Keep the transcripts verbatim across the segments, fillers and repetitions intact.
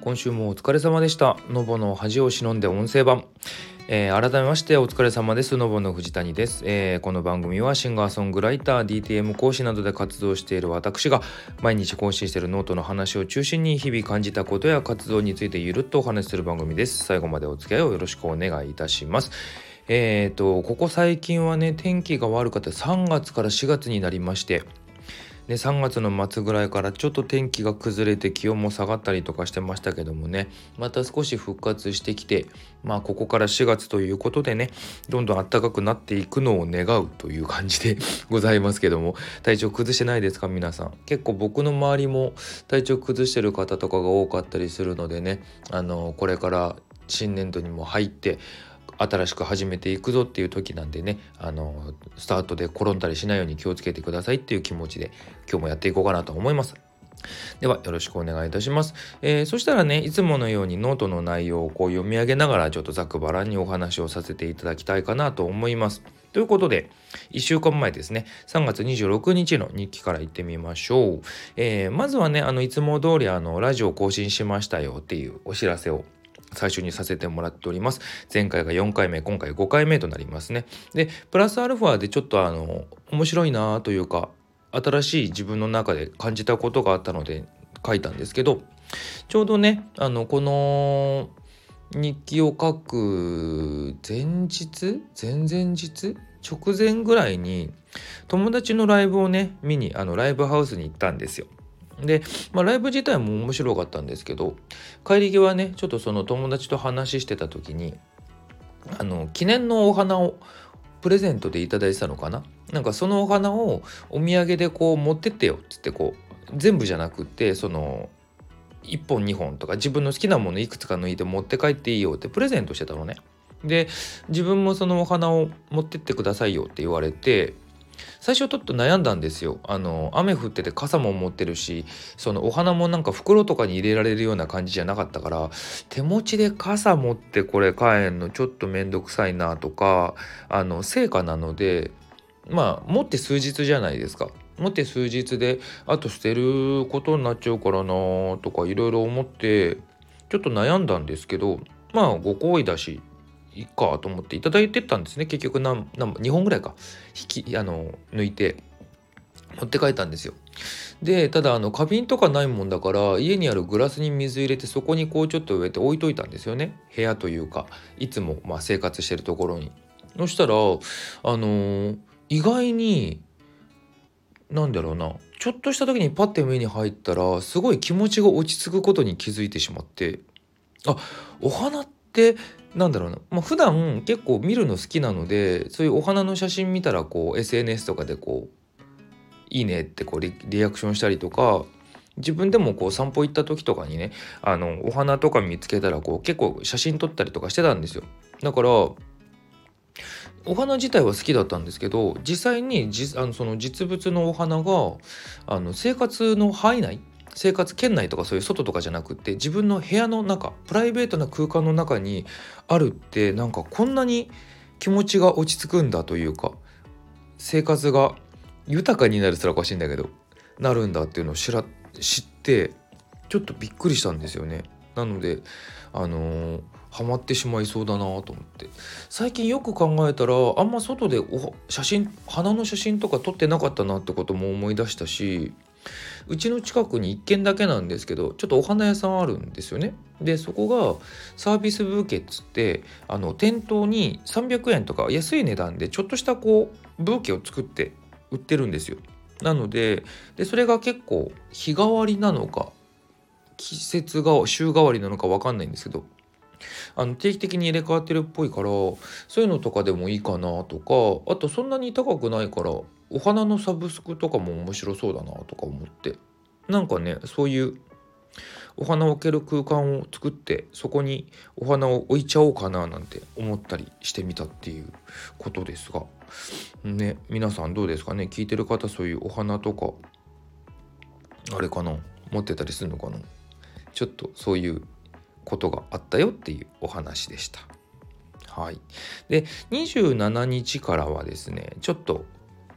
今週もお疲れ様でした。のぼの恥を忍んで音声版、えー、改めましてお疲れ様です。のぼの藤谷です、えー、この番組はシンガーソングライター ディーティーエム 講師などで活動している私が毎日更新しているノートの話を中心に日々感じたことや活動についてゆるっとお話しする番組です。最後までお付き合いをよろしくお願いいたします。えーとここ最近はね、天気が悪かったさんがつからしがつになりましてでさんがつの末ぐらいからちょっと天気が崩れて気温も下がったりとかしてましたけどもね、また少し復活してきて、まあここからしがつということでね、どんどん暖かくなっていくのを願うという感じでございますけども、体調崩してないですか皆さん。結構僕の周りも体調崩してる方とかが多かったりするのでね、あのこれから新年度にも入って新しく始めていくぞっていう時なんでね、あのスタートで転んだりしないように気をつけてくださいっていう気持ちで今日もやっていこうかなと思います。ではよろしくお願いいたします。えー、そしたらね、いつものようにノートの内容をこう読み上げながらちょっとざっくばらんにお話をさせていただきたいかなと思います。ということでいっしゅうかんまえですね、さんがつにじゅうろくにちの日記からいってみましょう。えー、まずはね、あのいつも通りあのラジオ更新しましたよっていうお知らせを最初にさせてもらっております。前回がよんかいめ、今回ごかいめとなりますね。でプラスアルファでちょっとあの面白いなというか新しい自分の中で感じたことがあったので書いたんですけど、ちょうどね、あのこの日記を書く前日前々日直前ぐらいに友達のライブをね見にあのライブハウスに行ったんですよ。で、まあ、ライブ自体も面白かったんですけど、帰り際ねちょっとその友達と話してた時にあの記念のお花をプレゼントでいただいてたのかな。なんかそのお花をお土産でこう持ってってよっつって、こう全部じゃなくってそのいっぽんにほんとか自分の好きなものいくつか抜いて持って帰っていいよってプレゼントしてたのね。で自分もそのお花を持ってってくださいよって言われて、最初ちょっと悩んだんですよ。あの雨降ってて傘も持ってるし、そのお花もなんか袋とかに入れられるような感じじゃなかったから、手持ちで傘持ってこれ帰んのちょっとめんどくさいなとか、あの成果なのでまあ持って数日じゃないですか。持って数日であと捨てることになっちゃうからなとかいろいろ思ってちょっと悩んだんですけど、まあご好意だしいいかと思っていただいてったんですね。結局何何にほんぐらいか引きあの抜いて持って帰ったんですよ。でただあの花瓶とかないもんだから家にあるグラスに水入れてそこにこうちょっと植えて置いといたんですよね。部屋というかいつもまあ生活してるところに。そしたらあのー、意外になんだろうな、ちょっとした時にパッて目に入ったらすごい気持ちが落ち着くことに気づいてしまって、あ、お花ってなんだろうな、まあ、普段結構見るの好きなので、そういうお花の写真見たらこう エスエヌエス とかでこういいねってこう リ, リアクションしたりとか、自分でもこう散歩行った時とかにね、あのお花とか見つけたらこう結構写真撮ったりとかしてたんですよ。だからお花自体は好きだったんですけど、実際にじあのその実物のお花があの生活の範囲内、生活圏内とかそういう外とかじゃなくって自分の部屋の中、プライベートな空間の中にあるって、なんかこんなに気持ちが落ち着くんだというか、生活が豊かになるすらおかしいんだけどなるんだっていうのを知ら知ってちょっとびっくりしたんですよね。なのであのーハマってしまいそうだなと思って、最近よく考えたらあんま外でお写真花の写真とか撮ってなかったなってことも思い出したし、うちの近くにいっけんだけなんですけどちょっとお花屋さんあるんですよね。でそこがサービスブーケっつってあの店頭にさんびゃくえんとか安い値段でちょっとしたこうブーケを作って売ってるんですよ。なので、でそれが結構日替わりなのか季節が週替わりなのか分かんないんですけど、あの定期的に入れ替わってるっぽいから、そういうのとかでもいいかなとか、あとそんなに高くないからお花のサブスクとかも面白そうだなとか思って、なんかねそういうお花を置ける空間を作ってそこにお花を置いちゃおうかななんて思ったりしてみたっていうことですがね、皆さんどうですかね。聞いてる方そういうお花とかあれかな、持ってたりするのかな。ちょっとそういうことがあったよっていうお話でした。はい。でにじゅうしちにちからはですね、ちょっと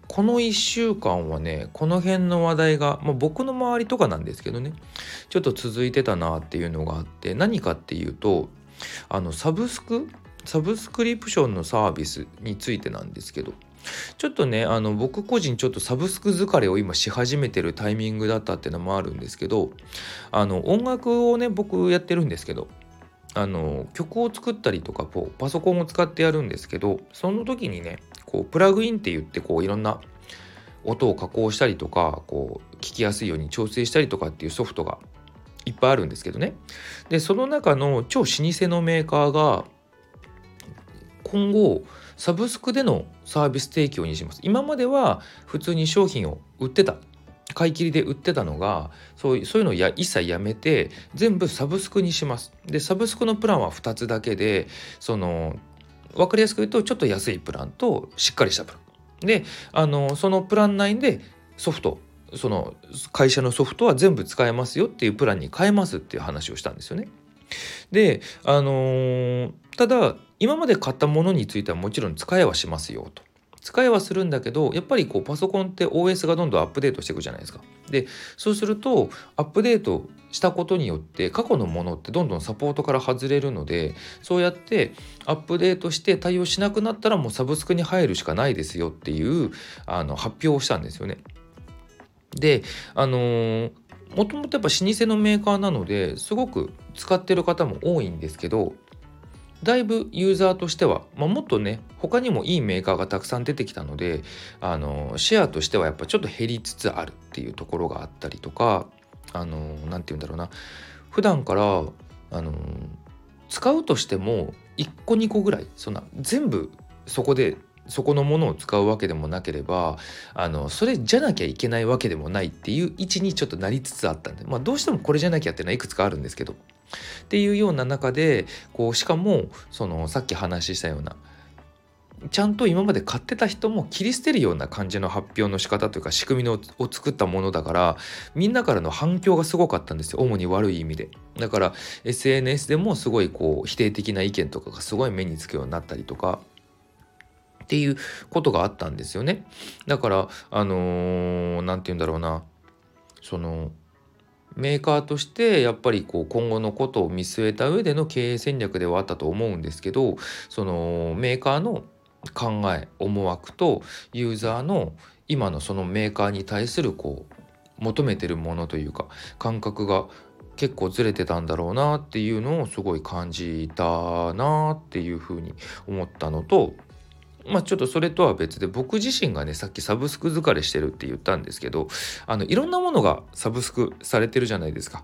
このいっしゅうかんはねこの辺の話題が、まあ、僕の周りとかなんですけどねちょっと続いてたなっていうのがあって、何かっていうとあのサブスクサブスクリプションのサービスについてなんですけど、ちょっとねあの僕個人ちょっとサブスク疲れを今し始めてるタイミングだったっていうのもあるんですけど、あの音楽をね僕やってるんですけど、あの曲を作ったりとかこうパソコンを使ってやるんですけど、その時にねこうプラグインって言ってこういろんな音を加工したりとかこう聞きやすいように調整したりとかっていうソフトがいっぱいあるんですけどね。でその中の超老舗のメーカーが今後サブスクでのサービス提供にします。今までは普通に商品を売ってた、買い切りで売ってたのがそういう、そういうのをや一切やめて全部サブスクにします。でサブスクのプランはふたつだけで、その分かりやすく言うとちょっと安いプランとしっかりしたプランで、あのそのプラン内でソフト、その会社のソフトは全部使えますよっていうプランに変えますっていう話をしたんですよね。であのーただ今まで買ったものについてはもちろん使えはしますよと。使えはするんだけど、やっぱりこうパソコンって オーエス がどんどんアップデートしていくじゃないですか。でそうするとアップデートしたことによって過去のものってどんどんサポートから外れるので、そうやってアップデートして対応しなくなったらもうサブスクに入るしかないですよっていうあの発表をしたんですよね。であのーもともとやっぱ老舗のメーカーなのですごく使ってる方も多いんですけど、だいぶユーザーとしては、まあ、もっとね他にもいいメーカーがたくさん出てきたので、あのシェアとしてはやっぱちょっと減りつつあるっていうところがあったりとか、あのなんて言うんだろうな、普段からあの使うとしてもいっこにこぐらい、そんな全部そこでそこのものを使うわけでもなければ、あのそれじゃなきゃいけないわけでもないっていう位置にちょっとなりつつあったんで、まあ、どうしてもこれじゃなきゃっていうのはいくつかあるんですけど、っていうような中でこうしかもそのさっき話したようなちゃんと今まで買ってた人も切り捨てるような感じの発表の仕方というか仕組みのを作ったものだから、みんなからの反響がすごかったんですよ、主に悪い意味で。だから エスエヌエス でもすごいこう否定的な意見とかがすごい目につくようになったりとかっていうことがあったんですよね。だからあのー、なんて言うんだろうな、そのメーカーとしてやっぱりこう今後のことを見据えた上での経営戦略ではあったと思うんですけど、そのメーカーの考え思惑とユーザーの今のそのメーカーに対するこう求めてるものというか感覚が結構ずれてたんだろうなっていうのをすごい感じたなっていうふうに思ったのと、まあちょっとそれとは別で僕自身がねさっきサブスク疲れしてるって言ったんですけど、あのいろんなものがサブスクされてるじゃないですか。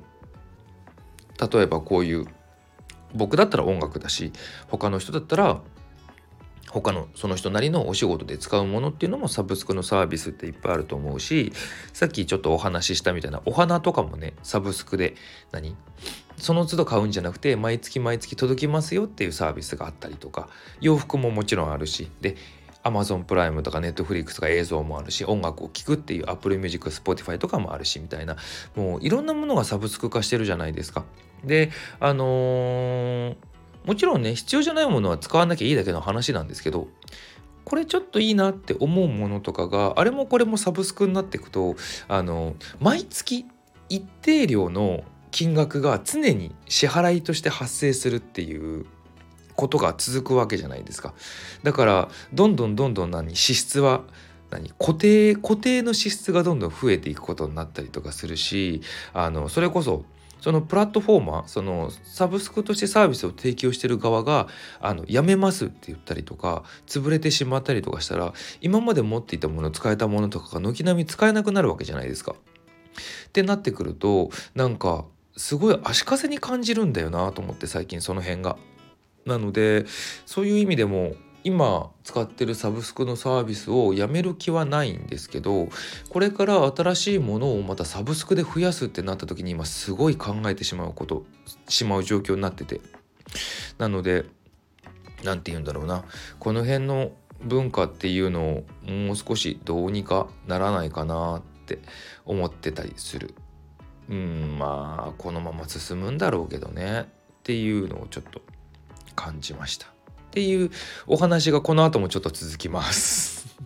例えばこういう僕だったら音楽だし、他の人だったら他のその人なりのお仕事で使うものっていうのもサブスクのサービスっていっぱいあると思うし、さっきちょっとお話ししたみたいなお花とかもねサブスクで何その都度買うんじゃなくて毎月毎月届きますよっていうサービスがあったりとか、洋服ももちろんあるし、で Amazon プライムとか Netflix とか映像もあるし、音楽を聴くっていう Apple Music、Spotify とかもあるしみたいな、もういろんなものがサブスク化してるじゃないですか。であのーもちろんね必要じゃないものは使わなきゃいいだけの話なんですけど、これちょっといいなって思うものとかがあれもこれもサブスクになっていくと、あの毎月一定量の金額が常に支払いとして発生するっていうことが続くわけじゃないですか。だからどんどんどんどん何支出は何固定固定の支出がどんどん増えていくことになったりとかするし、あのそれこそそのプラットフォーマー、そのサブスクとしてサービスを提供している側があのやめますって言ったりとか潰れてしまったりとかしたら、今まで持っていたもの使えたものとかが軒並み使えなくなるわけじゃないですか。ってなってくるとなんかすごい足かせに感じるんだよなと思って、最近その辺が。なのでそういう意味でも今使ってるサブスクのサービスをやめる気はないんですけど、これから新しいものをまたサブスクで増やすってなった時に今すごい考えてしまうことしまう状況になってて、なのでなんて言うんだろうな、この辺の文化っていうのをもう少しどうにかならないかなって思ってたりする。うんまあこのまま進むんだろうけどねっていうのをちょっと感じましたっていうお話がこの後もちょっと続きます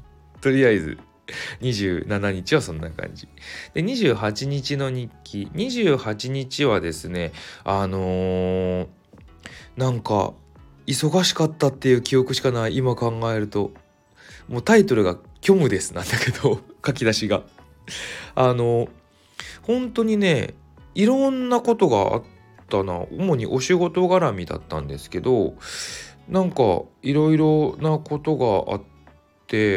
とりあえずにじゅうしちにちはそんな感じで、にじゅうはちにちの日記、にじゅうはちにちはですね、あのー、なんか忙しかったっていう記憶しかない。今考えるともうタイトルが虚無ですなんだけど書き出しがあの本当にね、いろんなことがあったな。主にお仕事絡みだったんですけど、なんかいろいろなことがあって、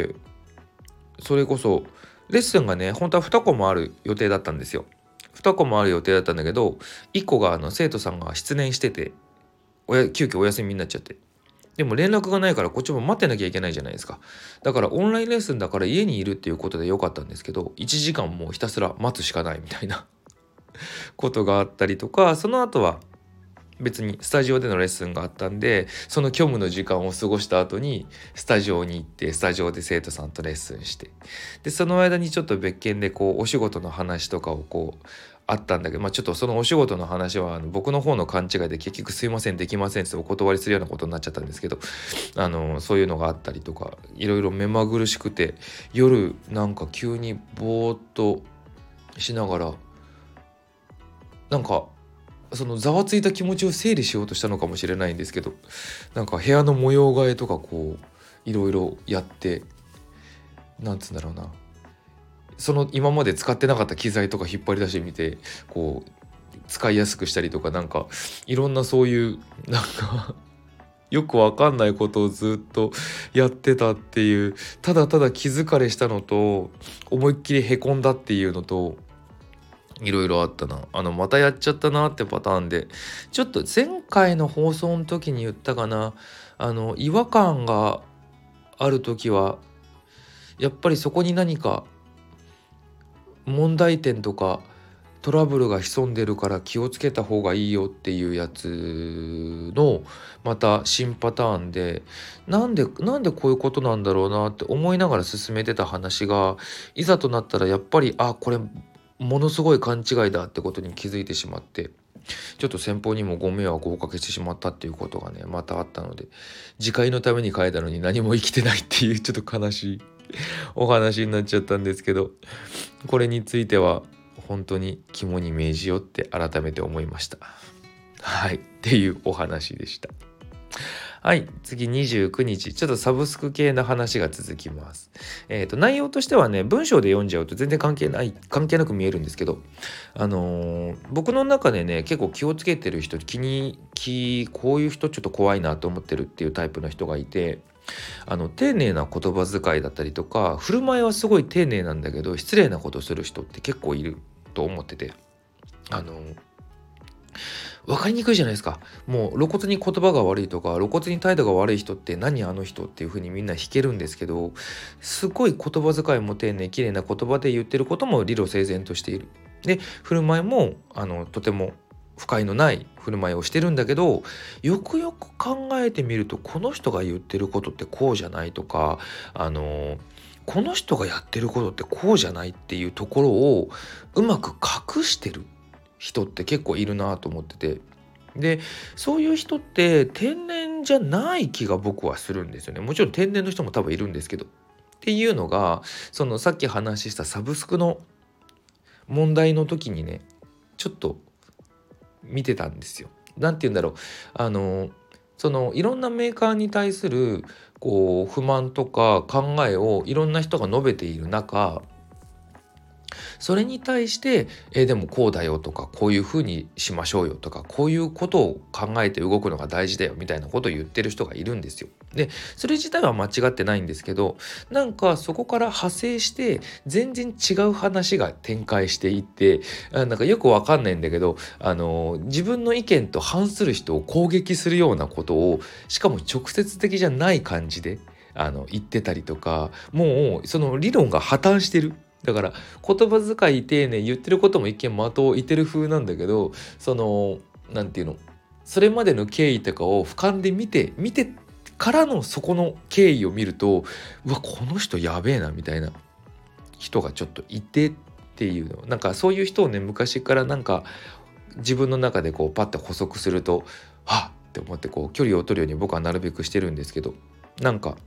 それこそレッスンがね、本当はにコマある予定だったんですよ。にコマある予定だったんだけど、いっこがあの生徒さんが失念してて、おや急遽お休みになっちゃって、でも連絡がないからこっちも待ってなきゃいけないじゃないですか。だからオンラインレッスンだから家にいるっていうことでよかったんですけど、いちじかんもうひたすら待つしかないみたいなことがあったりとか、その後は別にスタジオでのレッスンがあったんで、その虚無の時間を過ごした後にスタジオに行って、スタジオで生徒さんとレッスンして、でその間にちょっと別件でこうお仕事の話とかをこうあったんだけど、まあちょっとそのお仕事の話はあの僕の方の勘違いで結局すいませんできませんってお断りするようなことになっちゃったんですけど、あのそういうのがあったりとか、いろいろ目まぐるしくて、夜なんか急にぼーっとしながら、なんかそのざわついた気持ちを整理しようとしたのかもしれないんですけど、なんか部屋の模様替えとかこういろいろやって、なんつうんだろうな、その今まで使ってなかった機材とか引っ張り出してみて、こう使いやすくしたりとか、なんかいろんなそういうなんかよくわかんないことをずっとやってたっていう、ただただ気疲れしたのと思いっきりへこんだっていうのと、いろいろあったな。あのまたやっちゃったなってパターンで、ちょっと前回の放送の時に言ったかな、あの違和感がある時はやっぱりそこに何か問題点とかトラブルが潜んでるから気をつけた方がいいよっていうやつのまた新パターンで、なんでなんでこういうことなんだろうなって思いながら進めてた話が、いざとなったらやっぱりあこれものすごい勘違いだってことに気づいてしまって、ちょっと先方にもご迷惑をおかけしてしまったっていうことがねまたあったので、次回のために変えたのに何も生きてないっていうちょっと悲しいお話になっちゃったんですけど、これについては本当に肝に銘じよって改めて思いました。はいっていうお話でした。はい、次にじゅうくにち、ちょっとサブスク系の話が続きます。えっと内容としてはね、文章で読んじゃうと全然関係ない関係なく見えるんですけど、あのー僕の中でね結構気をつけてる人、気に気こういう人ちょっと怖いなと思ってるっていうタイプの人がいて、あの丁寧な言葉遣いだったりとか、振る舞いはすごい丁寧なんだけど失礼なことする人って結構いると思ってて、あのー分かりにくいじゃないですか。もう露骨に言葉が悪いとか露骨に態度が悪い人って何あの人っていう風にみんな引けるんですけど、すごい言葉遣いも丁寧、綺麗な言葉で言ってることも理路整然としている。で振る舞いもあのとても不快のない振る舞いをしてるんだけど、よくよく考えてみるとこの人が言ってることってこうじゃないとか、あのこの人がやってることってこうじゃないっていうところをうまく隠してる人って結構いるなと思ってて、でそういう人って天然じゃない気が僕はするんですよね。もちろん天然の人も多分いるんですけど、っていうのがそのさっき話したサブスクの問題の時にねちょっと見てたんですよ。なんて言うんだろう、あのそのいろんなメーカーに対するこう不満とか考えをいろんな人が述べている中、それに対して、えーでもこうだよとか、こういうふうにしましょうよとか、こういうことを考えて動くのが大事だよみたいなことを言ってる人がいるんですよ。でそれ自体は間違ってないんですけど、なんかそこから派生して全然違う話が展開していって、あなんかよくわかんないんだけど、あの自分の意見と反する人を攻撃するようなことを、しかも直接的じゃない感じであの言ってたりとか、もうその理論が破綻してる。だから言葉遣い丁寧、言ってることも一見的を言ってる風なんだけど、そのなんていうの、それまでの経緯とかを俯瞰で見て見てからのそこの経緯を見ると、うわこの人やべえなみたいな人がちょっといてっていうの、なんかそういう人をね昔からなんか自分の中でこうパッて補足するとはっって思ってこう距離を取るように僕はなるべくしてるんですけど、なんか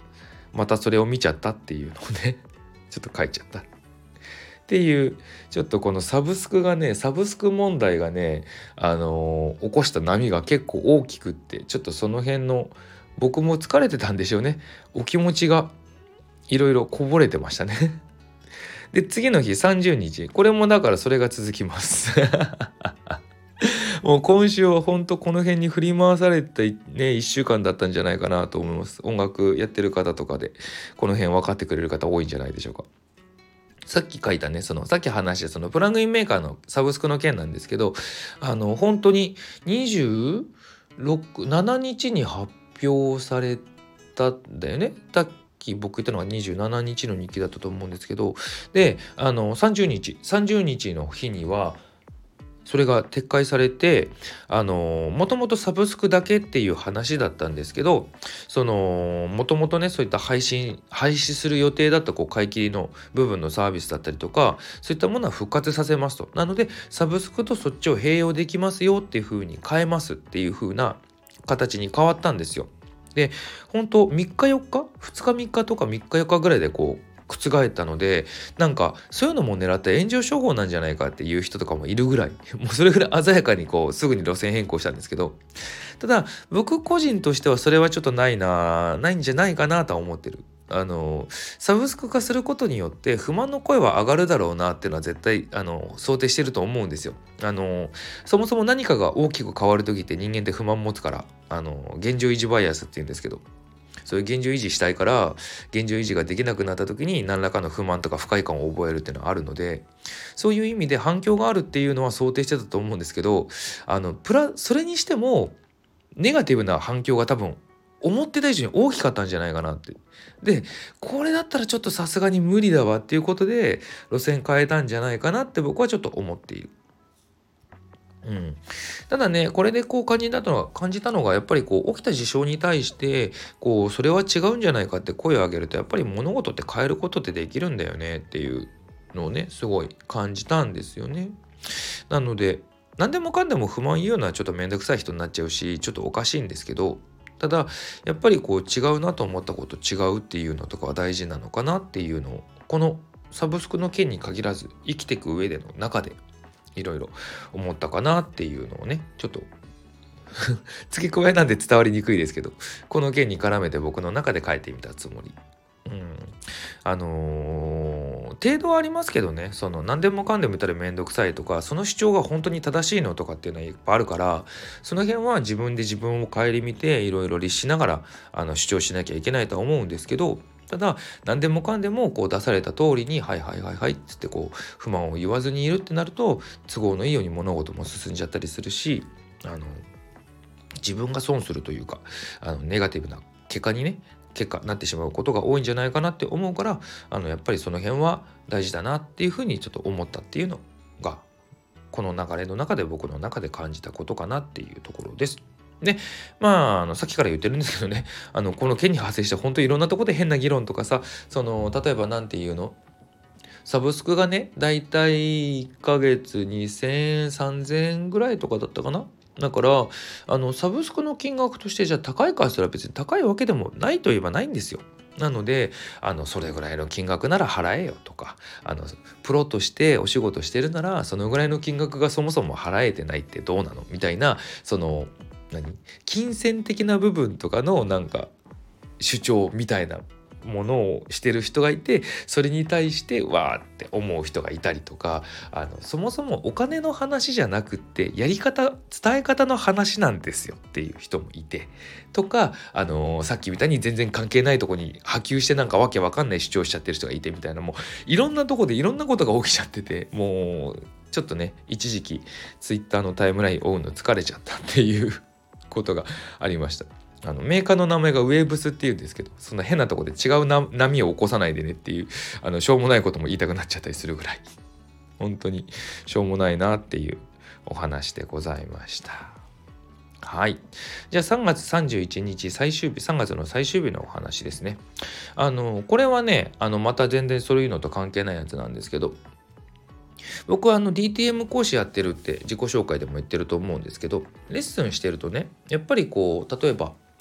またそれを見ちゃったっていうのをねちょっと書いちゃったっていう、ちょっとこのサブスクがねサブスク問題がねあのー、起こした波が結構大きくって、ちょっとその辺の僕も疲れてたんでしょうね。お気持ちがいろいろこぼれてましたねで次の日さんじゅうにち、これもだからそれが続きますもう今週は本当この辺に振り回されたねいっしゅうかんだったんじゃないかなと思います。音楽やってる方とかでこの辺分かってくれる方多いんじゃないでしょうか。さっき書いたねそのさっき話したそのプラグインメーカーのサブスクの件なんですけど、あの本当ににじゅうろく、しちにちに発表されたんだよね。さっき僕言ったのがにじゅうしちにちの日記だったと思うんですけど、であのさんじゅうにちさんじゅうにちの日にはそれが撤回されて、あのもともとサブスクだけっていう話だったんですけど、そのもともとねそういった配信廃止する予定だったこう買い切りの部分のサービスだったりとか、そういったものは復活させますと。なのでサブスクとそっちを併用できますよっていう風に変えますっていう風な形に変わったんですよ。で本当みっかよっかふつかみっかとかみっかよっかぐらいでこう覆ったので、なんかそういうのも狙った炎上商法なんじゃないかっていう人とかもいるぐらい、もうそれぐらい鮮やかにこうすぐに路線変更したんですけど、ただ僕個人としてはそれはちょっとないなないんじゃないかなとは思ってる。あのサブスク化することによって不満の声は上がるだろうなっていうのは絶対あの想定してると思うんですよ。あのそもそも何かが大きく変わる時って人間って不満持つから、あの現状維持バイアスっていうんですけど、そういう現状維持したいから現状維持ができなくなった時に何らかの不満とか不快感を覚えるっていうのはあるので、そういう意味で反響があるっていうのは想定してたと思うんですけど、あのプラそれにしてもネガティブな反響が多分思ってた以上に大きかったんじゃないかなって。でこれだったらちょっとさすがに無理だわっていうことで路線変えたんじゃないかなって僕はちょっと思っている。うん、ただねこれでこう感じたのは感じたのがやっぱりこう起きた事象に対してこうそれは違うんじゃないかって声を上げると、やっぱり物事って変えることってできるんだよねっていうのをねすごい感じたんですよね。なので何でもかんでも不満言うのはちょっとめんどくさい人になっちゃうし、ちょっとおかしいんですけど、ただやっぱりこう違うなと思ったこと違うっていうのとかは大事なのかなっていうのを、このサブスクの件に限らず生きていく上での中でいろいろ思ったかなっていうのをねちょっと付け加えなんで伝わりにくいですけど、この件に絡めて僕の中で書いてみたつもり。うん、あのー、程度はありますけどね、その何でもかんでも言ったらめんどくさいとか、その主張が本当に正しいのとかっていうのはいっぱいあるから、その辺は自分で自分を顧みていろいろ律しながらあの主張しなきゃいけないとは思うんですけど、ただ何でもかんでもこう出された通りにはいはいはいはいっつってこう不満を言わずにいるってなると、都合のいいように物事も進んじゃったりするし、あの自分が損するというか、あのネガティブな結果にね結果なってしまうことが多いんじゃないかなって思うから、あのやっぱりその辺は大事だなっていうふうにちょっと思ったっていうのがこの流れの中で僕の中で感じたことかなっていうところです。でまあ、あのさっきから言ってるんですけどね、あのこの件に発生して本当にいろんなところで変な議論とかさ、その例えばなんていうのサブスクがねだいたいいっかげつにせんえんさんぜんえんぐらいとかだったかな。だからあのサブスクの金額としてじゃあ高いかしたら別に高いわけでもないといえばないんですよ。なのであのそれぐらいの金額なら払えよとか、あのプロとしてお仕事してるならそのぐらいの金額がそもそも払えてないってどうなのみたいな、その何金銭的な部分とかのなんか主張みたいなものをしてる人がいて、それに対してわーって思う人がいたりとか、あのそもそもお金の話じゃなくってやり方伝え方の話なんですよっていう人もいてとか、あのー、さっきみたいに全然関係ないとこに波及してなんかわけわかんない主張しちゃってる人がいてみたいな、もういろんなとこでいろんなことが起きちゃってて、もうちょっとね一時期ツイッターのタイムライン追うの疲れちゃったっていうことがありました。あのメーカーの名前がウェーブスっていうんですけど、そんな変なとこで違うな波を起こさないでねっていう、あのしょうもないことも言いたくなっちゃったりするぐらい本当にしょうもないなっていうお話でございました。はい、じゃあさんがつさんじゅういちにち最終日、さんがつの最終日のお話ですね。あのこれはねあのまた全然そういうのと関係ないやつなんですけど、僕はあの ディーティーエム 講師やってるって自己紹介でも言ってると思うんですけど、レッスンしてるとねやっぱりこう例えば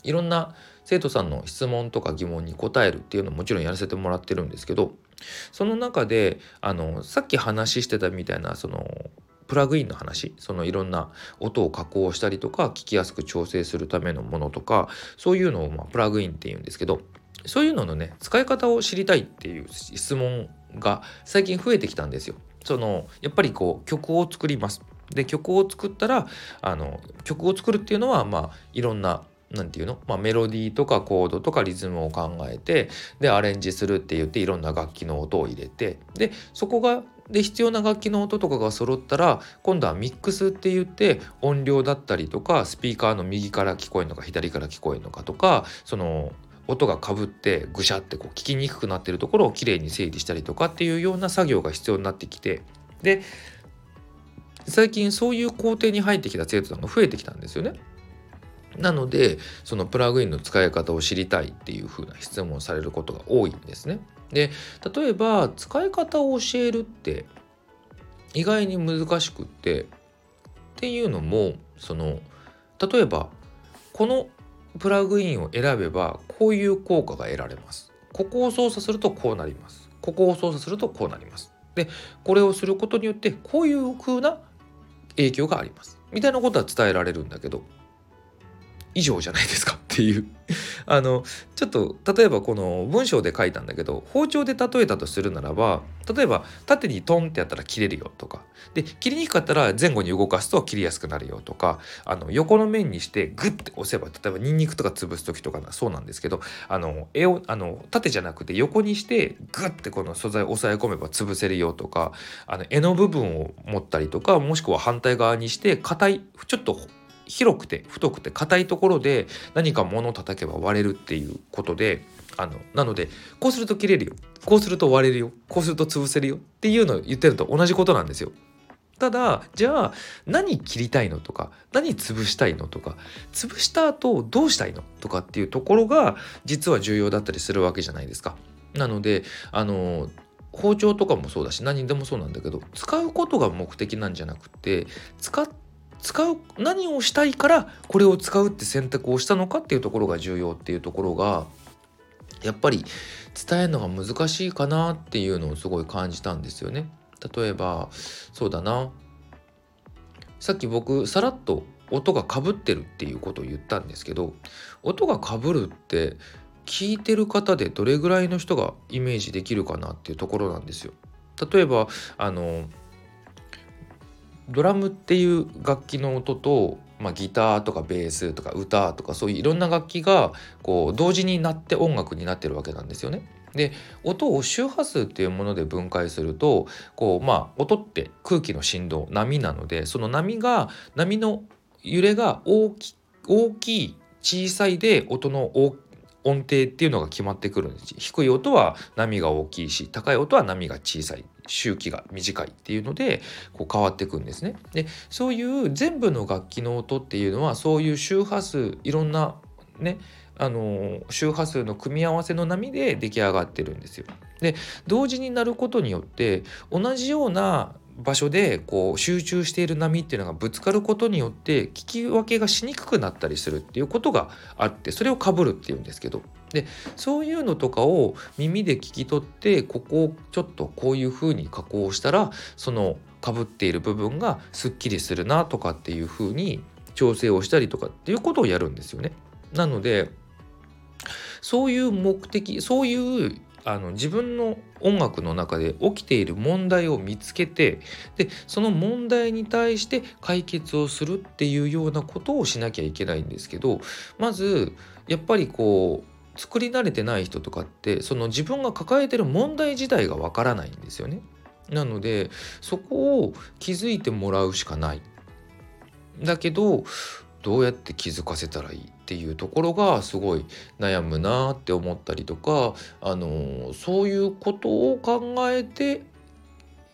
いろんな生徒さんの質問とか疑問に答えるっていうのももちろんやらせてもらってるんですけど、その中であのさっき話してたみたいなそのプラグインの話、そのいろんな音を加工したりとか聞きやすく調整するためのものとか、そういうのをまあプラグインっていうんですけど、そういうののね使い方を知りたいっていう質問が最近増えてきたんですよ。そのやっぱりこう曲を作ります。で曲を作ったらあの曲を作るっていうのはまあいろんななんていうの、まあ、メロディーとかコードとかリズムを考えて、でアレンジするって言っていろんな楽器の音を入れて、でそこがで必要な楽器の音とかが揃ったら今度はミックスって言って音量だったりとかスピーカーの右から聞こえるのか左から聞こえるのかとか、その音がかぶってぐしゃってこう聞きにくくなってるところをきれいに整理したりとかっていうような作業が必要になってきて、で最近そういう工程に入ってきた生徒さんが増えてきたんですよね。なのでそのプラグインの使い方を知りたいっていう風な質問をされることが多いんですね。で例えば使い方を教えるって意外に難しくってっていうのも、その例えばこのプラグインを選べばこういう効果が得られます、ここを操作するとこうなります、ここを操作するとこうなります、でこれをすることによってこういう風な影響がありますみたいなことは伝えられるんだけど、以上じゃないですかっていうあのちょっと例えばこの文章で書いたんだけど、包丁で例えたとするならば、例えば縦にトンってやったら切れるよとかで、切りにくかったら前後に動かすと切りやすくなるよとか、あの横の面にしてグッて押せば、例えばニンニクとか潰す時とかそうなんですけど、あの絵をあの縦じゃなくて横にしてグッてこの素材を押さえ込めば潰せるよとか、あの柄の部分を持ったりとか、もしくは反対側にして硬いちょっと広くて太くて硬いところで何か物を叩けば割れるっていうことで、あのなのでこうすると切れるよ、こうすると割れるよ、こうすると潰せるよっていうのを言ってるのと同じことなんですよ。ただじゃあ何切りたいのとか何潰したいのとか、潰した後どうしたいのとかっていうところが実は重要だったりするわけじゃないですか。なのであの包丁とかもそうだし何でもそうなんだけど、使うことが目的なんじゃなくて、使って使う何をしたいからこれを使うって選択をしたのかっていうところが重要っていうところがやっぱり伝えるのが難しいかなっていうのをすごい感じたんですよね。例えばそうだな、さっき僕さらっと音が被ってるっていうことを言ったんですけど、音が被るって聞いてる方でどれぐらいの人がイメージできるかなっていうところなんですよ。例えばあのドラムっていう楽器の音と、まあ、ギターとかベースとか歌とかそういういろんな楽器がこう同時になって音楽になってるわけなんですよね。で音を周波数っていうもので分解するとこう、まあ、音って空気の振動波なので、その波が波の揺れが大き大きい小さいで音の大音程っていうのが決まってくるんです。低い音は波が大きいし、高い音は波が小さい、周期が短いっていうのでこう変わっていくんですね。でそういう全部の楽器の音っていうのはそういう周波数、いろんなねあの周波数の組み合わせの波で出来上がってるんですよ。で同時になることによって同じような場所でこう集中している波っていうのがぶつかることによって聞き分けがしにくくなったりするっていうことがあって、それを被るっていうんですけど、でそういうのとかを耳で聞き取って、ここをちょっとこういう風に加工したらその被っている部分がすっきりするなとかっていう風に調整をしたりとかっていうことをやるんですよね。なのでそういう目的、そういうあの自分の音楽の中で起きている問題を見つけて、でその問題に対して解決をするっていうようなことをしなきゃいけないんですけど、まずやっぱりこう作り慣れてない人とかってその自分が抱えてる問題自体がわからないんですよね。なのでそこを気づいてもらうしかない。だけどどうやって気づかせたらいいっていうところがすごい悩むなって思ったりとか、あのそういうことを考えて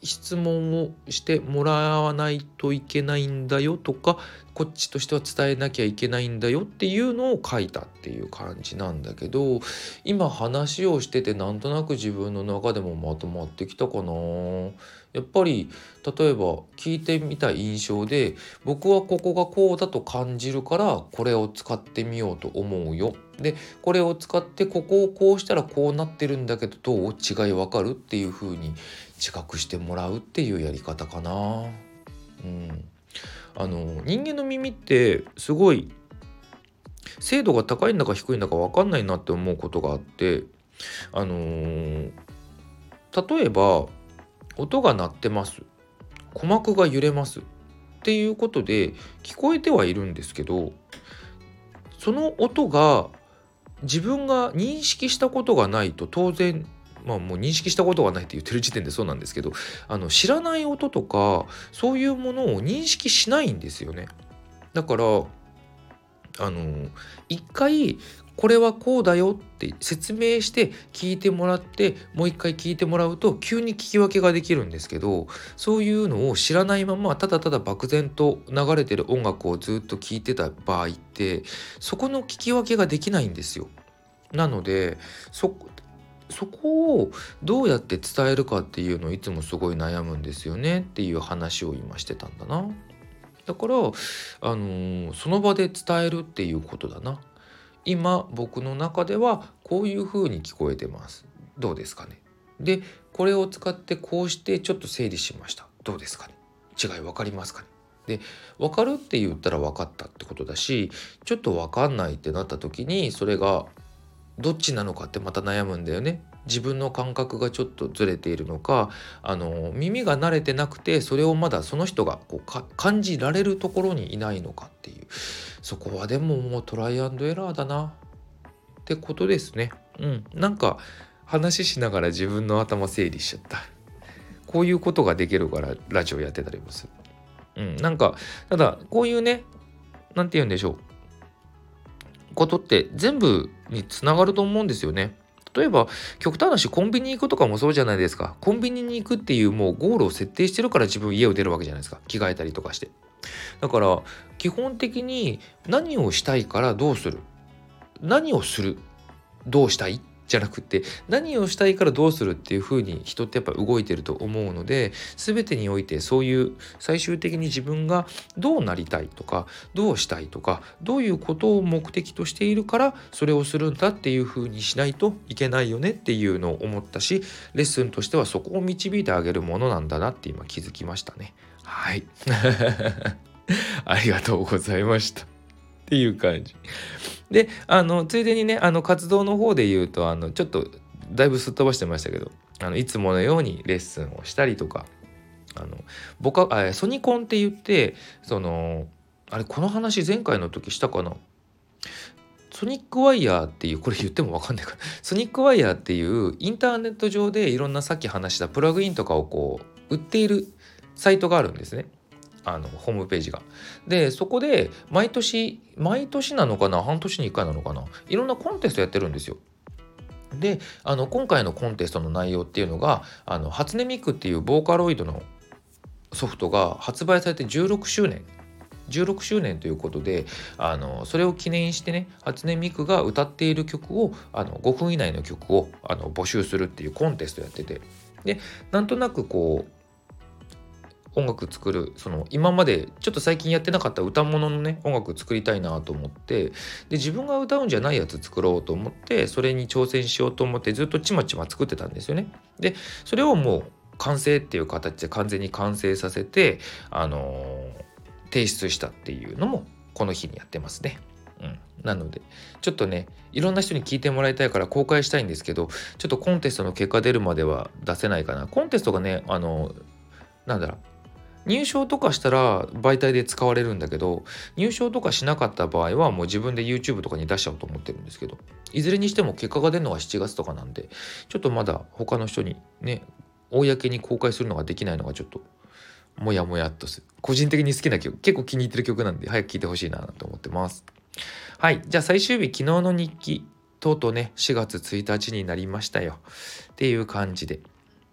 質問をしてもらわないといけないんだよとか、こっちとしては伝えなきゃいけないんだよっていうのを書いたっていう感じなんだけど、今話をしててなんとなく自分の中でもまとまってきたかな。やっぱり例えば聞いてみた印象で、僕はここがこうだと感じるからこれを使ってみようと思うよ。でこれを使ってここをこうしたらこうなってるんだけど、どう違いわかるっていう風に自覚してもらうっていうやり方かな。うん、あの人間の耳ってすごい精度が高いんだか低いんだか分かんないなって思うことがあって、あのー例えば音が鳴ってます、鼓膜が揺れますっていうことで聞こえてはいるんですけど、その音が自分が認識したことがないと、当然まあもう認識したことがないって言ってる時点でそうなんですけど、あの知らない音とかそういうものを認識しないんですよね。だからあの一回これはこうだよって説明して聞いてもらって、もう一回聞いてもらうと急に聞き分けができるんですけど、そういうのを知らないままただただ漠然と流れてる音楽をずっと聞いてた場合って、そこの聞き分けができないんですよ。なのでそそこをどうやって伝えるかっていうのをいつもすごい悩むんですよねっていう話を今してたんだな。だから、あのーその場で伝えるっていうことだな。今僕の中ではこういう風に聞こえてます。どうですかね。でこれを使ってこうしてちょっと整理しました。どうですかね。違い分かりますかね。で分かるって言ったら分かったってことだし、ちょっと分かんないってなった時にそれがどっちなのかってまた悩むんだよね。自分の感覚がちょっとずれているのか、あの耳が慣れてなくてそれをまだその人がこうか感じられるところにいないのかっていう、そこはでももうトライアンドエラーだなってことですね。うん、なんか話しながら自分の頭整理しちゃった。こういうことができるからラジオやってたりもする。うん、なんかただこういうね、なんて言うんでしょう、ことって全部につながると思うんですよね。例えば極端な話、コンビニ行くとかもそうじゃないですか。コンビニに行くっていうもうゴールを設定してるから自分家を出るわけじゃないですか。着替えたりとかして。だから基本的に何をしたいからどうする、何をする、どうしたいじゃなくて、何をしたいからどうするっていう風に人ってやっぱ動いてると思うので、全てにおいてそういう最終的に自分がどうなりたいとかどうしたいとかどういうことを目的としているからそれをするんだっていう風にしないといけないよねっていうのを思ったし、レッスンとしてはそこを導いてあげるものなんだなって今気づきましたね。はいありがとうございましたっていう感じで、あのついでにね、あの活動の方で言うと、あのちょっとだいぶすっ飛ばしてましたけど、あのいつものようにレッスンをしたりとか、あの僕はあソニコンって言って、そのあれこの話前回の時したかな。ソニックワイヤーっていう、これ言っても分かんないかなソニックワイヤーっていうインターネット上でいろんなさっき話したプラグインとかをこう売っているサイトがあるんですね。あのホームページが。でそこで毎年毎年なのかな、半年にいっかいなのかな、いろんなコンテストやってるんですよ。であの今回のコンテストの内容っていうのが、あの初音ミクっていうボーカロイドのソフトが発売されてじゅうろくしゅうねんじゅうろくしゅうねんということで、あのそれを記念してね、初音ミクが歌っている曲をあのごふん以内の曲をあの募集するっていうコンテストやってて、でなんとなくこう音楽作る、その今までちょっと最近やってなかった歌物のね音楽作りたいなと思って、で自分が歌うんじゃないやつ作ろうと思って、それに挑戦しようと思ってずっとちまちま作ってたんですよね。でそれをもう完成っていう形で完全に完成させて、あのー提出したっていうのもこの日にやってますね。うん、なのでちょっとね、いろんな人に聞いてもらいたいから公開したいんですけど、ちょっとコンテストの結果出るまでは出せないかな。コンテストがね、あのなんだろう、入賞とかしたら媒体で使われるんだけど、入賞とかしなかった場合はもう自分で YouTube とかに出しちゃおうと思ってるんですけど、いずれにしても結果が出るのはしちがつとかなんで、ちょっとまだ他の人にね公に公開するのができないのがちょっともやもやっとする。個人的に好きな曲、結構気に入ってる曲なんで早く聴いてほしいなと思ってます。はい、じゃあ最終日、昨日の日記とうとうねしがつついたちになりましたよっていう感じで、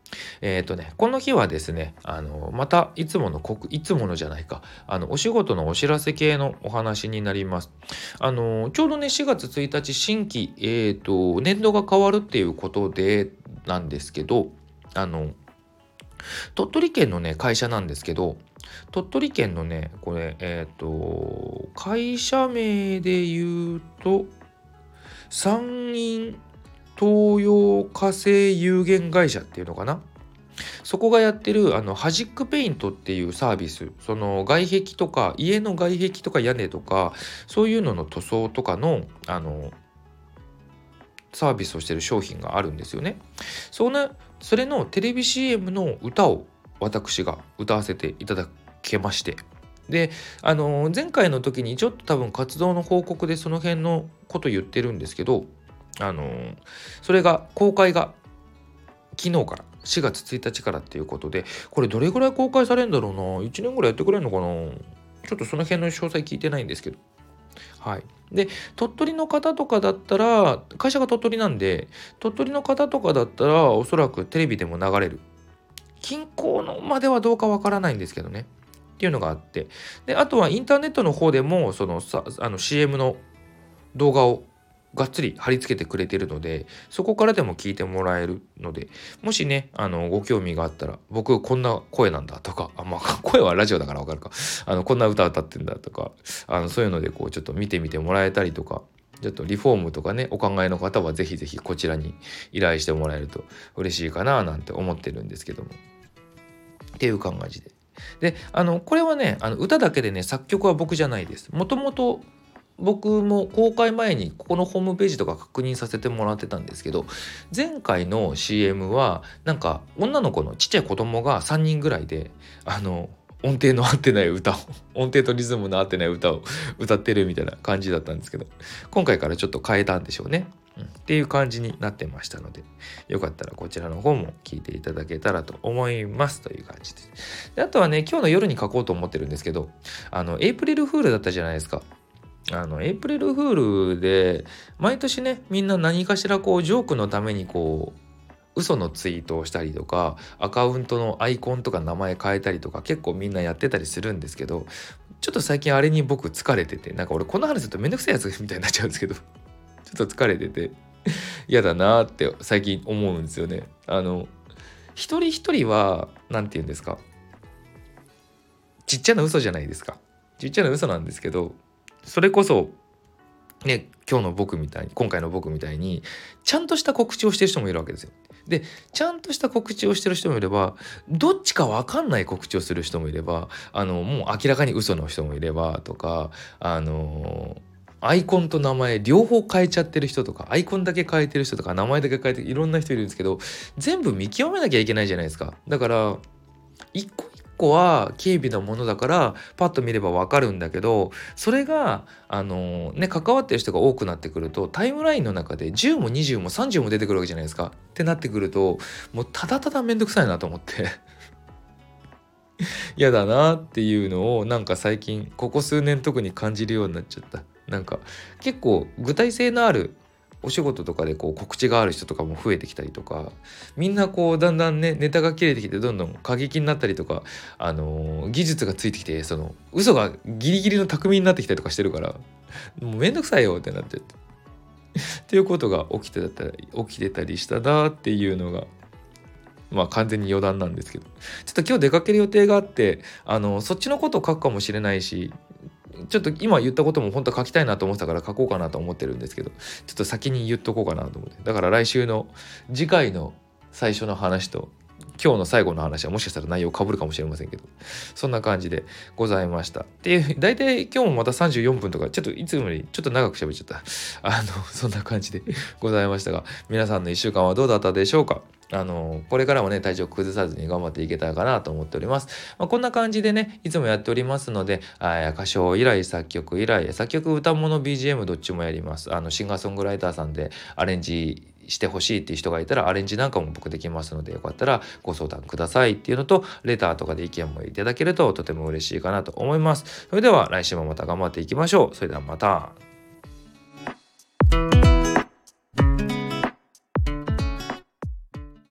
えっとね、この日はですね、あの、またいつものこく、いつものじゃないか、あの、お仕事のお知らせ系のお話になります。あの、ちょうどね、しがつついたち、新規、えっと、年度が変わるっていうことで、なんですけど、あの、鳥取県のね、会社なんですけど、鳥取県のね、これ、えっと、会社名で言うと、山陰東洋火星有限会社っていうのかな。そこがやってるあのハジックペイントっていうサービス、その外壁とか家の外壁とか屋根とかそういうのの塗装とかのあのサービスをしてる商品があるんですよね。そのそれのテレビ シーエム の歌を私が歌わせていただけまして、であの前回の時にちょっと多分活動の報告でその辺のこと言ってるんですけど、あのそれが公開が昨日からしがつついたちからっていうことで、これどれぐらい公開されるんだろうな、いちねんぐらいやってくれるのかな、ちょっとその辺の詳細聞いてないんですけど、はい。で鳥取の方とかだったら、会社が鳥取なんで、鳥取の方とかだったらおそらくテレビでも流れる、近郊のまではどうかわからないんですけどねっていうのがあって、であとはインターネットの方でもそのさあの シーエム の動画をがっつり貼り付けてくれてるので、そこからでも聞いてもらえるので、もしねあのご興味があったら、僕こんな声なんだとか、あ、まあ、声はラジオだからわかるか、あのこんな歌歌ってんだとか、あのそういうのでこうちょっと見てみてもらえたりとか、ちょっとリフォームとかねお考えの方はぜひぜひこちらに依頼してもらえると嬉しいかななんて思ってるんですけども、っていう感じで。であのこれはね、あの歌だけでね、作曲は僕じゃないです。もともと僕も公開前にここのホームページとか確認させてもらってたんですけど、前回の シーエム はなんか女の子のちっちゃい子供がさんにんぐらいで、あの音程の合ってない歌を音程とリズムの合ってない歌を歌ってるみたいな感じだったんですけど、今回からちょっと変えたんでしょうね、うん、っていう感じになってましたので、よかったらこちらの方も聞いていただけたらと思いますという感じです。であとはね、今日の夜に書こうと思ってるんですけど、あのエイプリルフールだったじゃないですか。あのエイプリルフールで毎年ね、みんな何かしらこうジョークのためにこう嘘のツイートをしたりとか、アカウントのアイコンとか名前変えたりとか結構みんなやってたりするんですけど、ちょっと最近あれに僕疲れてて、なんか俺こんな話するとめんどくさいやつみたいになっちゃうんですけどちょっと疲れてて嫌だなーって最近思うんですよね。あの一人一人はなんて言うんですか、ちっちゃな嘘じゃないですか。ちっちゃな嘘なんですけど、それこそね、今日の僕みたいに、今回の僕みたいにちゃんとした告知をしてる人もいるわけですよ。でちゃんとした告知をしてる人もいれば、どっちか分かんない告知をする人もいれば、あのもう明らかに嘘の人もいればとか、あのアイコンと名前両方変えちゃってる人とか、アイコンだけ変えてる人とか、名前だけ変えていろんな人いるんですけど、全部見極めなきゃいけないじゃないですか。だから一個一個は軽微なものだからパッと見ればわかるんだけど、それがあのね関わってる人が多くなってくると、タイムラインの中でじゅうもにじゅうもさんじゅうも出てくるわけじゃないですか。ってなってくると、もうただただめんどくさいなと思って嫌だなっていうのをなんか最近ここ数年特に感じるようになっちゃった。なんか結構具体性のあるお仕事とかでこう告知がある人とかも増えてきたりとか、みんなこうだんだんねネタが切れてきてどんどん過激になったりとか、あのー技術がついてきて、その嘘がギリギリの巧みになってきたりとかしてるから、もうめんどくさいよってなっちゃってっていうことが起きてたり起きてたりしたなっていうのが、まあ完全に余談なんですけど、ちょっと今日出かける予定があって、あのそっちのことを書くかもしれないし、ちょっと今言ったことも本当は書きたいなと思ってたから書こうかなと思ってるんですけど、ちょっと先に言っとこうかなと思って、だから来週の次回の最初の話と今日の最後の話はもしかしたら内容かぶるかもしれませんけど、そんな感じでございましたっていう。大体今日もまたさんじゅうよんぷんとか、ちょっといつもよりちょっと長く喋っちゃったあのそんな感じでございましたが、皆さんのいっしゅうかんはどうだったでしょうか。あのこれからもね体調崩さずに頑張っていけたらかなと思っております。まあ、こんな感じでねいつもやっておりますので、あ歌唱依頼、作曲依頼、作曲歌物 ビージーエム どっちもやります。あのシンガーソングライターさんでアレンジしてほしいっていう人がいたらアレンジなんかも僕できますので、よかったらご相談くださいっていうのと、レターとかで意見もいただけるととても嬉しいかなと思います。それでは来週もまた頑張っていきましょう。それではまた。